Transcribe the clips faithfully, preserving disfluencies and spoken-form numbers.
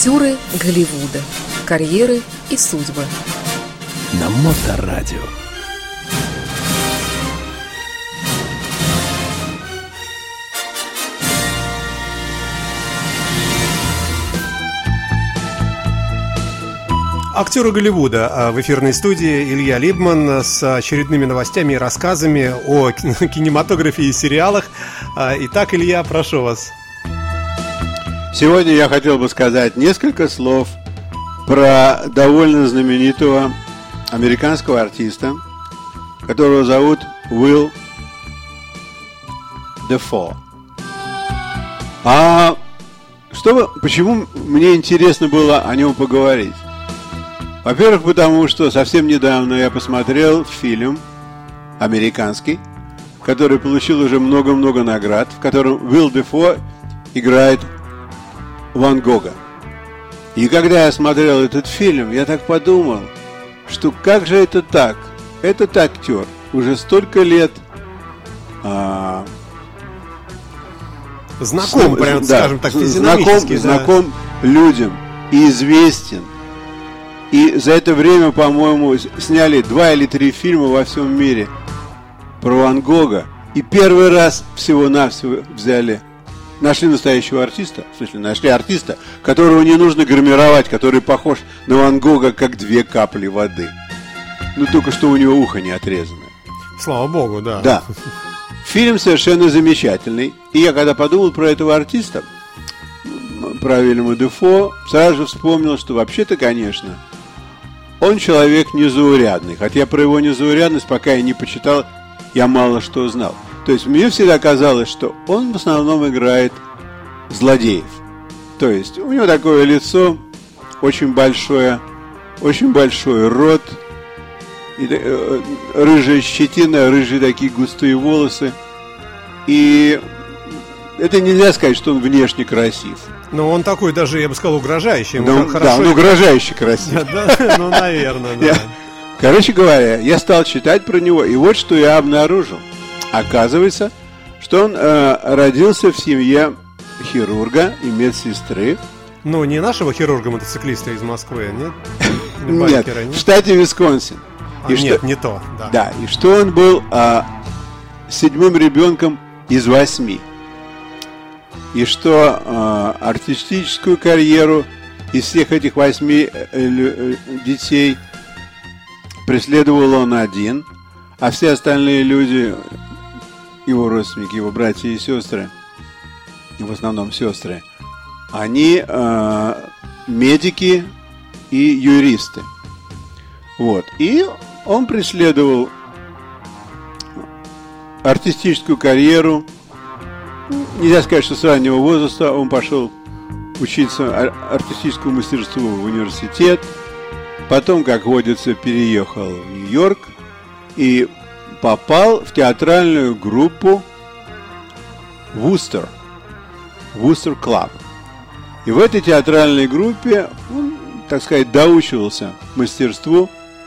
Актеры Голливуда. Карьеры и судьбы. На Моторадио. Актеры Голливуда. В эфирной студии Илья Либман с очередными новостями и рассказами о кинематографе и сериалах. Итак, Илья, прошу вас. Сегодня я хотел бы сказать несколько слов про довольно знаменитого американского артиста, которого зовут Уилл Дефо. А что, почему мне интересно было о нем поговорить? Во-первых, потому что совсем недавно я посмотрел фильм американский, который получил уже много-много наград, в котором Уилл Дефо играет Ван Гога. И когда я смотрел этот фильм, я так подумал, что как же это так? Этот актер уже столько лет а, знаком, с, прям, да, скажем так, физиономически, знаком, да. знаком людям и известен. И за это время, по-моему, сняли два или три фильма во всем мире про Ван Гога. И первый раз всего-навсего взяли, нашли настоящего артиста, в смысле, нашли артиста, которого не нужно гримировать, который похож на Ван Гога, как две капли воды. Ну, только что у него ухо не отрезано. Слава богу, да. Да. Фильм совершенно замечательный. И я, когда подумал про этого артиста, про Уильяма Дефо, сразу же вспомнил, что вообще-то, конечно, он человек незаурядный. Хотя про его незаурядность, пока я не почитал, я мало что знал. То есть мне всегда казалось, что он в основном играет злодеев. То есть у него такое лицо очень большое, очень большой рот, и, э, рыжая щетина, рыжие такие густые волосы. И это нельзя сказать, что он внешне красив. Ну, он такой даже, я бы сказал, угрожающий. Да, он, да, он угрожающий красив. Да, ну, наверное, да. Короче говоря, я стал читать про него, и вот что я обнаружил. Оказывается, что он э, родился в семье хирурга и медсестры. Ну, не нашего хирурга-мотоциклиста из Москвы, нет? Нет, в штате Висконсин. А, нет, не то, да. Да, и что он был э, седьмым ребенком из восьми. И что э, артистическую карьеру из всех этих восьми э, детей преследовал он один, а все остальные люди, его родственники, его братья и сестры, и в основном сестры, они э, медики и юристы. Вот. И он преследовал артистическую карьеру. Нельзя сказать, что с раннего возраста он пошел учиться артистическому мастерству в университет. Потом, как водится, переехал в Нью-Йорк и попал в театральную группу Вустер, Вустер Клаб. И в этой театральной группе он, так сказать, доучивался мастерству.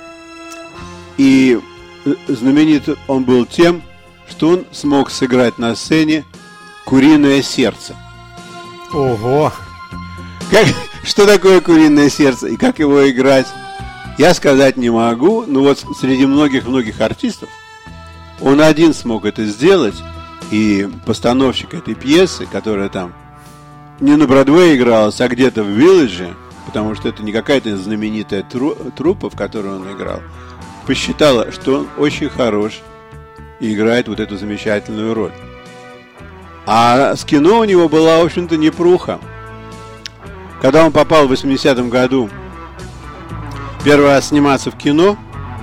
И знаменит он был тем, что он смог сыграть на сцене «Куриное сердце». Ого! Как, что такое «Куриное сердце» и как его играть, я сказать не могу. Но вот среди многих-многих артистов он один смог это сделать. И постановщик этой пьесы, которая там не на Бродвее игралась, а где-то в Вилледже, потому что это не какая-то знаменитая тру- труппа, в которой он играл, посчитала, что он очень хорош и играет вот эту замечательную роль. А с кино у него была, в общем-то, непруха. Когда он попал в восьмидесятом году первый раз сниматься в кино,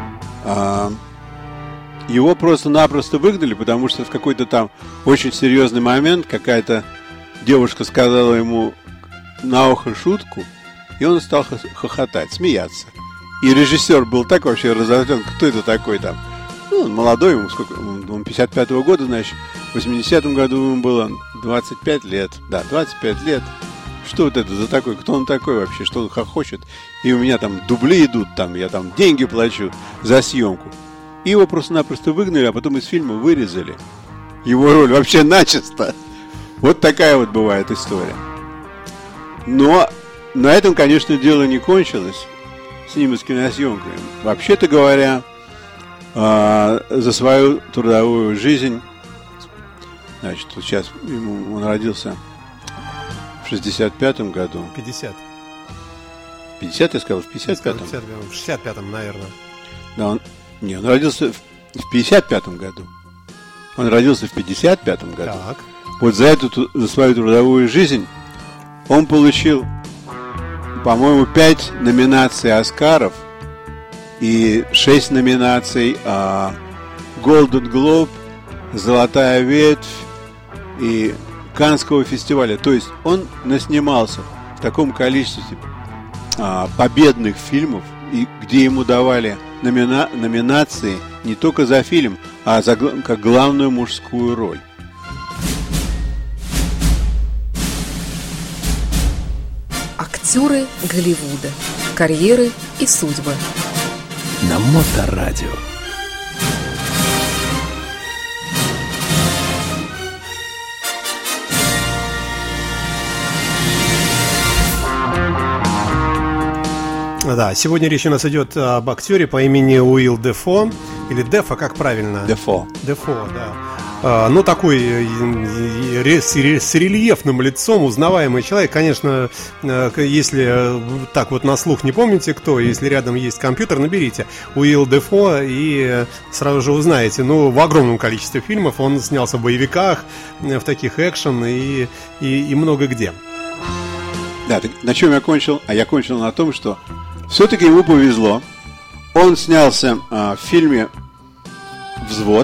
его просто-напросто выгнали, потому что в какой-то там очень серьезный момент какая-то девушка сказала ему на ухо шутку, и он стал хохотать, смеяться. И режиссер был так вообще разозлен, кто это такой там? Ну, он молодой, ему сколько? Он пятьдесят пятого года, значит, в восьмидесятом году ему было двадцать пять лет. Да, двадцать пять лет. Что вот это за такой? Кто он такой вообще? Что он хохочет? И у меня там дубли идут, там я там деньги плачу за съемку. И его просто-напросто выгнали, а потом из фильма вырезали его роль вообще начисто. Вот такая вот бывает история. Но на этом, конечно, дело не кончилось с ним и с киносъемками. Вообще-то говоря, за свою трудовую жизнь, значит, вот сейчас ему, он родился в шестьдесят пятом году. пятьдесят. пятьдесят, я сказал, в пятьдесят пятом. В шестьдесят пятом, наверное. Да, он, не, он родился в, в пятьдесят пятом году. Он родился в пятьдесят пятом году. Так. Вот за эту, за свою трудовую жизнь он получил, по-моему, пять номинаций Оскаров и шесть номинаций а, Golden Globe, Золотая ветвь и Каннского фестиваля. То есть он наснимался в таком количестве а, победных фильмов, и где ему давали номина, номинации не только за фильм, а за как главную мужскую роль. Актеры Голливуда. Карьеры и судьбы. На Моторадио. Да, сегодня речь у нас идет об актере по имени Уилл Дефо. Или Дефо, как правильно? Дефо. Дефо, да. А, ну, такой с рельефным лицом, узнаваемый человек. Конечно, если так вот на слух не помните кто, если рядом есть компьютер, наберите Уилл Дефо и сразу же узнаете. Ну, в огромном количестве фильмов он снялся в боевиках, в таких экшен и, и, и много где. Да, так на чем я кончил? А я кончил на том, что все-таки ему повезло. Он снялся а, в фильме «Взвод»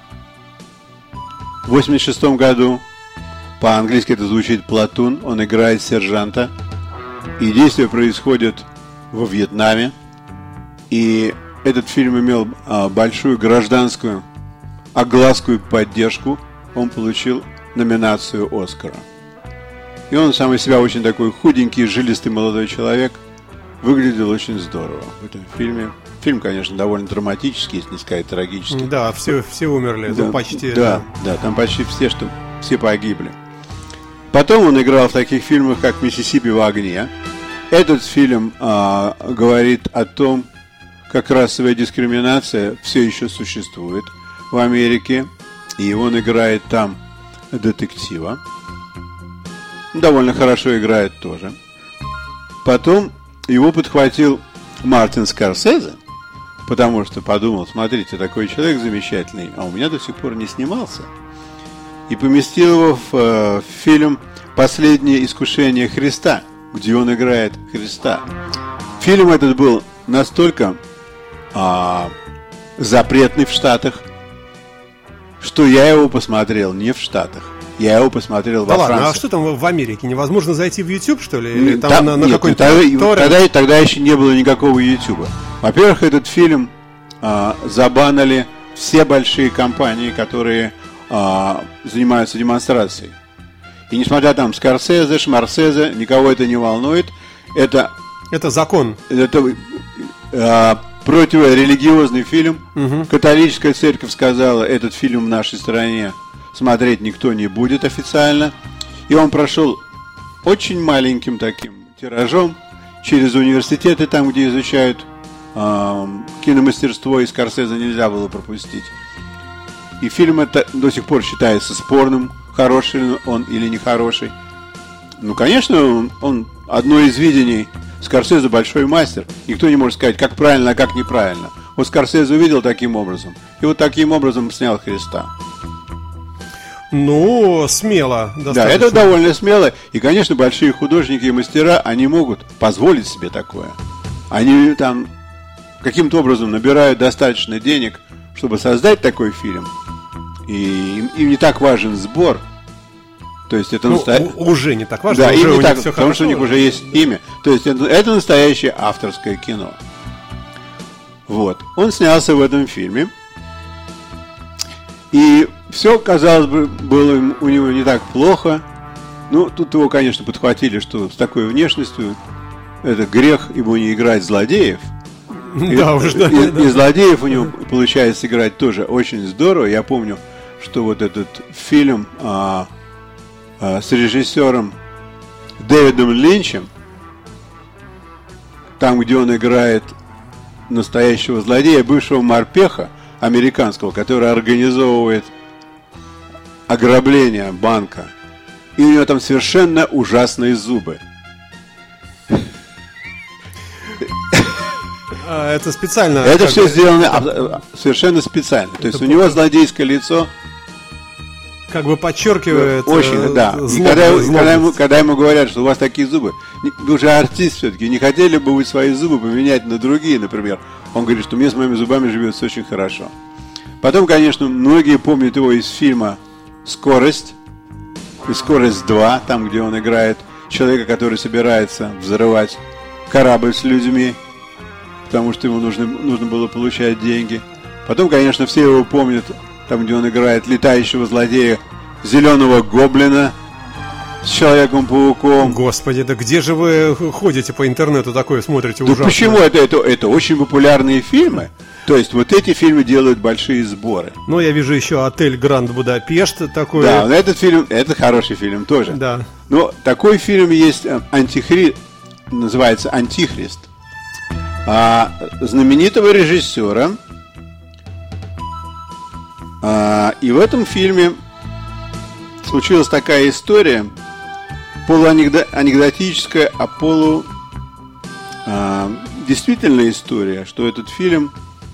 в восемьдесят шестом году. По-английски это звучит «Платун». Он играет сержанта. И действие происходит во Вьетнаме. И этот фильм имел а, большую гражданскую огласку и поддержку. Он получил номинацию «Оскара». И он сам из себя очень такой худенький, жилистый молодой человек. Выглядел очень здорово в этом фильме. Фильм, конечно, довольно драматический, если не сказать трагический. Да, все, все умерли, да, ну, почти. Да, да, там почти все, что все погибли. Потом он играл в таких фильмах, как «Миссисипи в огне». Этот фильм а, говорит о том, как расовая дискриминация все еще существует в Америке. И он играет там детектива. Довольно хорошо играет тоже. Потом его подхватил Мартин Скорсезе, потому что подумал, смотрите, такой человек замечательный, а у меня до сих пор не снимался. И поместил его в, э, в фильм «Последнее искушение Христа», где он играет Христа. Фильм этот был настолько э, запретный в Штатах, что я его посмотрел не в Штатах. Я его посмотрел да во ладно, Франции. А что там в Америке? Невозможно зайти в YouTube, что ли? Или там, там на, на нет, какой-то тогда, тогда, тогда еще не было никакого YouTube. Во-первых, этот фильм а, забанили все большие компании, которые а, занимаются демонстрацией. И несмотря там Скорсезе, Шмарсезе, никого это не волнует. Это, это закон. Это а, противорелигиозный фильм. Угу. Католическая церковь сказала, этот фильм в нашей стране смотреть никто не будет официально. И он прошел очень маленьким таким тиражом через университеты, там, где изучают э, киномастерство, и Скорсезе нельзя было пропустить. И фильм это до сих пор считается спорным, хороший он или нехороший. Ну, конечно, он, он одно из видений. Скорсезе большой мастер. Никто не может сказать, как правильно, а как неправильно. Вот Скорсезе увидел таким образом, и вот таким образом снял Христа. Ну, смело. Достаточно. Да, это довольно смело. И, конечно, большие художники и мастера, они могут позволить себе такое. Они там каким-то образом набирают достаточно денег, чтобы создать такой фильм. И им, им не так важен сбор. То есть это ну, настоя... уже не так важно. Да, уже им не так, все потому хорошо, что у них уже есть имя. То есть это, это настоящее авторское кино. Вот. Он снялся в этом фильме. И все, казалось бы, было у него не так плохо. Ну, тут его, конечно, подхватили, что с такой внешностью это грех ему не играть злодеев. Да, уж, да, и, да. и злодеев у него получается играть тоже очень здорово. Я помню, что вот этот фильм а, а, с режиссером Дэвидом Линчем, там, где он играет настоящего злодея, бывшего морпеха американского, который организовывает ограбление банка. И у него там совершенно ужасные зубы. Это специально. Это все сделано совершенно специально. То есть у него злодейское лицо. Как бы подчеркивает. Очень, да. И когда, когда, ему, когда ему говорят, что у вас такие зубы, вы уже артист все-таки, не хотели бы вы свои зубы поменять на другие, например. Он говорит, что мне с моими зубами живется очень хорошо. Потом, конечно, многие помнят его из фильма «Скорость», из «Скорость два», там, где он играет человека, который собирается взрывать корабль с людьми, потому что ему нужно, нужно было получать деньги. Потом, конечно, все его помнят, там, где он играет летающего злодея, зеленого гоблина с Человеком-пауком. Господи, да где же вы ходите по интернету такое смотрите? Да ужасно. Почему? Это, это, это очень популярные фильмы. То есть вот эти фильмы делают большие сборы. Ну, я вижу еще «Отель Гранд Будапешт» такой. Да, но этот фильм, это хороший фильм тоже. Да. Но такой фильм есть, антихри... называется «Антихрист». А, знаменитого режиссера. А, и в этом фильме случилась такая история, полуанекдотическая, а полу а, действительная история, что этот фильм,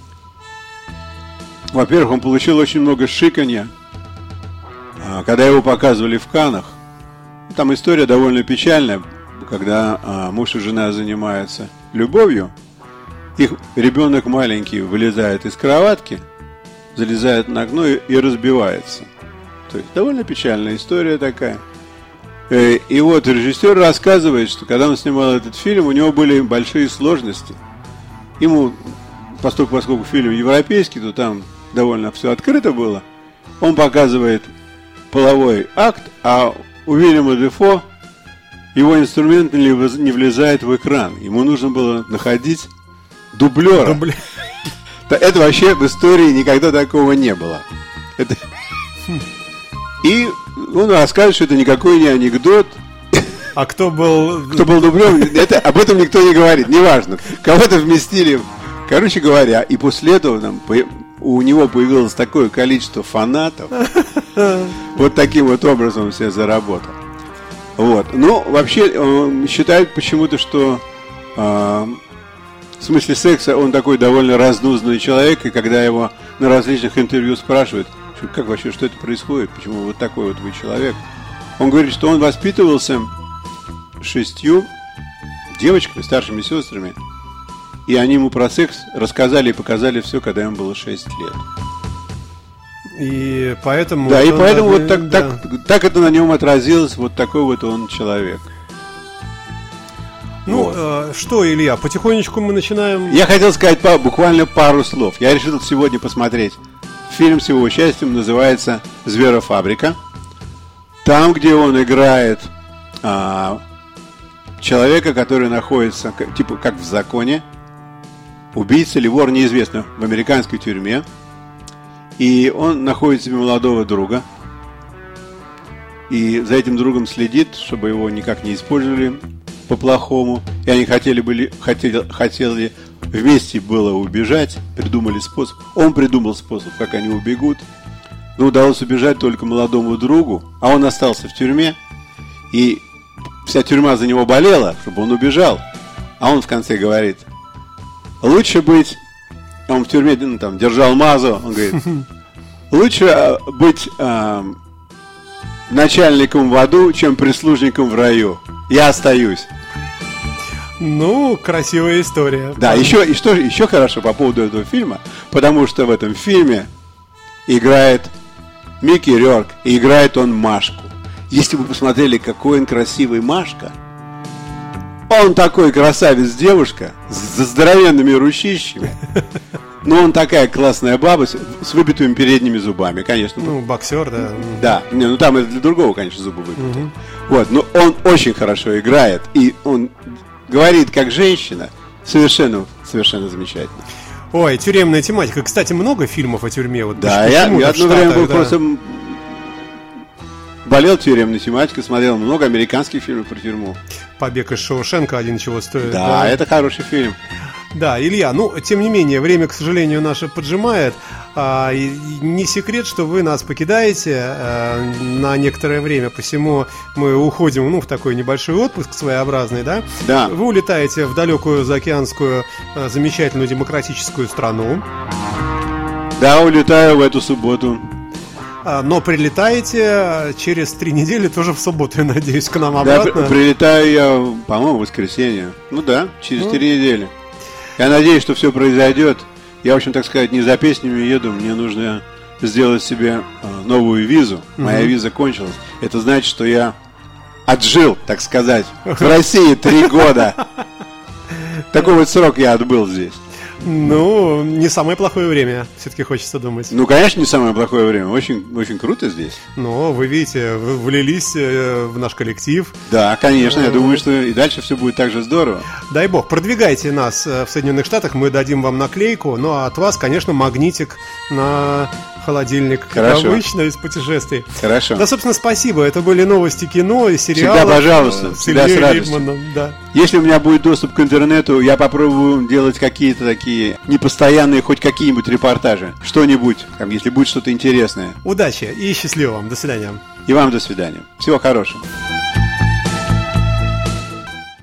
во-первых, он получил очень много шиканья, а, когда его показывали в Каннах. Там история довольно печальная, когда а, муж и жена занимаются любовью, их ребенок маленький вылезает из кроватки, залезает на окно и, и разбивается. То есть довольно печальная история такая. И вот режиссер рассказывает, что когда он снимал этот фильм, у него были большие сложности. Ему, поскольку, поскольку фильм европейский, то там довольно все открыто было. Он показывает половой акт, а у Уильяма Дефо его инструмент не влезает в экран. Ему нужно было находить дублера. Дублер. Это вообще в истории никогда такого не было. Это... И он рассказывает, что это никакой не анекдот. А кто был... Кто был дублером, это, об этом никто не говорит, неважно. Кого-то вместили. Короче говоря, и после этого там, у него появилось такое количество фанатов. Вот таким вот образом он себе заработал. Вот. Ну, вообще, он считает почему-то, что э, в смысле секса он такой довольно разнузданный человек, и когда его на различных интервью спрашивают, как вообще, что это происходит, почему вот такой вот вы человек, он говорит, что он воспитывался шестью девочками, старшими сестрами, и они ему про секс рассказали и показали все, когда ему было шесть лет. И поэтому... Да, и поэтому вот так, да. так, так это на нем отразилось, вот такой вот он человек. Ну, вот. э, что, Илья, потихонечку мы начинаем... Я хотел сказать по, буквально пару слов. Я решил сегодня посмотреть фильм с его участием, называется «Зверофабрика». Там, где он играет а, человека, который находится, типа, как в законе, убийца или вор, неизвестно, в американской тюрьме. И он находит себе молодого друга. И за этим другом следит, чтобы его никак не использовали по-плохому. И они хотели, были, хотели, хотели вместе было убежать. Придумали способ. Он придумал способ, как они убегут. Но удалось убежать только молодому другу. А он остался в тюрьме. И вся тюрьма за него болела, чтобы он убежал. А он в конце говорит: лучше быть... Он в тюрьме, ну, там, держал мазу. Он говорит: лучше быть э, начальником в аду, чем прислужником в раю. Я остаюсь. Ну, красивая история. Да, еще, и что еще хорошо по поводу этого фильма, потому что в этом фильме играет Микки Рёрк, и играет он Машку. Если вы посмотрели, какой он красивый Машка, он такой красавец-девушка с здоровенными ручищами. Но он такая классная баба с, с выбитыми передними зубами, конечно. Ну, боксер, да. Да, не, ну там это для другого, конечно, зубы выбиты. Угу. Вот, но он очень хорошо играет, и он говорит как женщина, совершенно, совершенно замечательно. Ой, тюремная тематика. Кстати, много фильмов о тюрьме. Вот да, я, я одно время был да. просто болел тюремной тематикой, смотрел много американских фильмов про тюрьму. «Побег из Шоушенка» один чего стоит. Да, да, это хороший фильм. Да, Илья, ну, тем не менее, время, к сожалению, наше поджимает. А, и не секрет, что вы нас покидаете а, на некоторое время, посему мы уходим, ну, в такой небольшой отпуск своеобразный, да? Да. Вы улетаете в далекую заокеанскую а, замечательную демократическую страну. Да, улетаю в эту субботу. А, но прилетаете через три недели, тоже в субботу, я надеюсь, к нам обратно. Да, прилетаю я, по-моему, в воскресенье. Ну да, через ну. три недели. Я надеюсь, что все произойдет. Я, в общем, так сказать, не за песнями еду. Мне нужно сделать себе новую визу. Моя mm-hmm. виза кончилась. Это значит, что я отжил, так сказать, в России три года. Такой вот срок я отбыл здесь. Ну, не самое плохое время, все-таки хочется думать. Ну, конечно, не самое плохое время. Очень, очень круто здесь. Но вы видите, вы влились в наш коллектив. Да, конечно, я думаю, что и дальше все будет так же здорово. Дай бог, продвигайте нас в Соединенных Штатах, мы дадим вам наклейку. Ну, а от вас, конечно, магнитик на холодильник, Хорошо. Как обычно, из путешествий. Хорошо. Да, собственно, спасибо. Это были новости кино и сериалов. Всегда, пожалуйста, с всегда с радостью. Либманом, да. Если у меня будет доступ к интернету, я попробую делать какие-то такие непостоянные, хоть какие-нибудь репортажи. Что-нибудь, там, если будет что-то интересное. Удачи и счастливо вам. До свидания. И вам до свидания. Всего хорошего.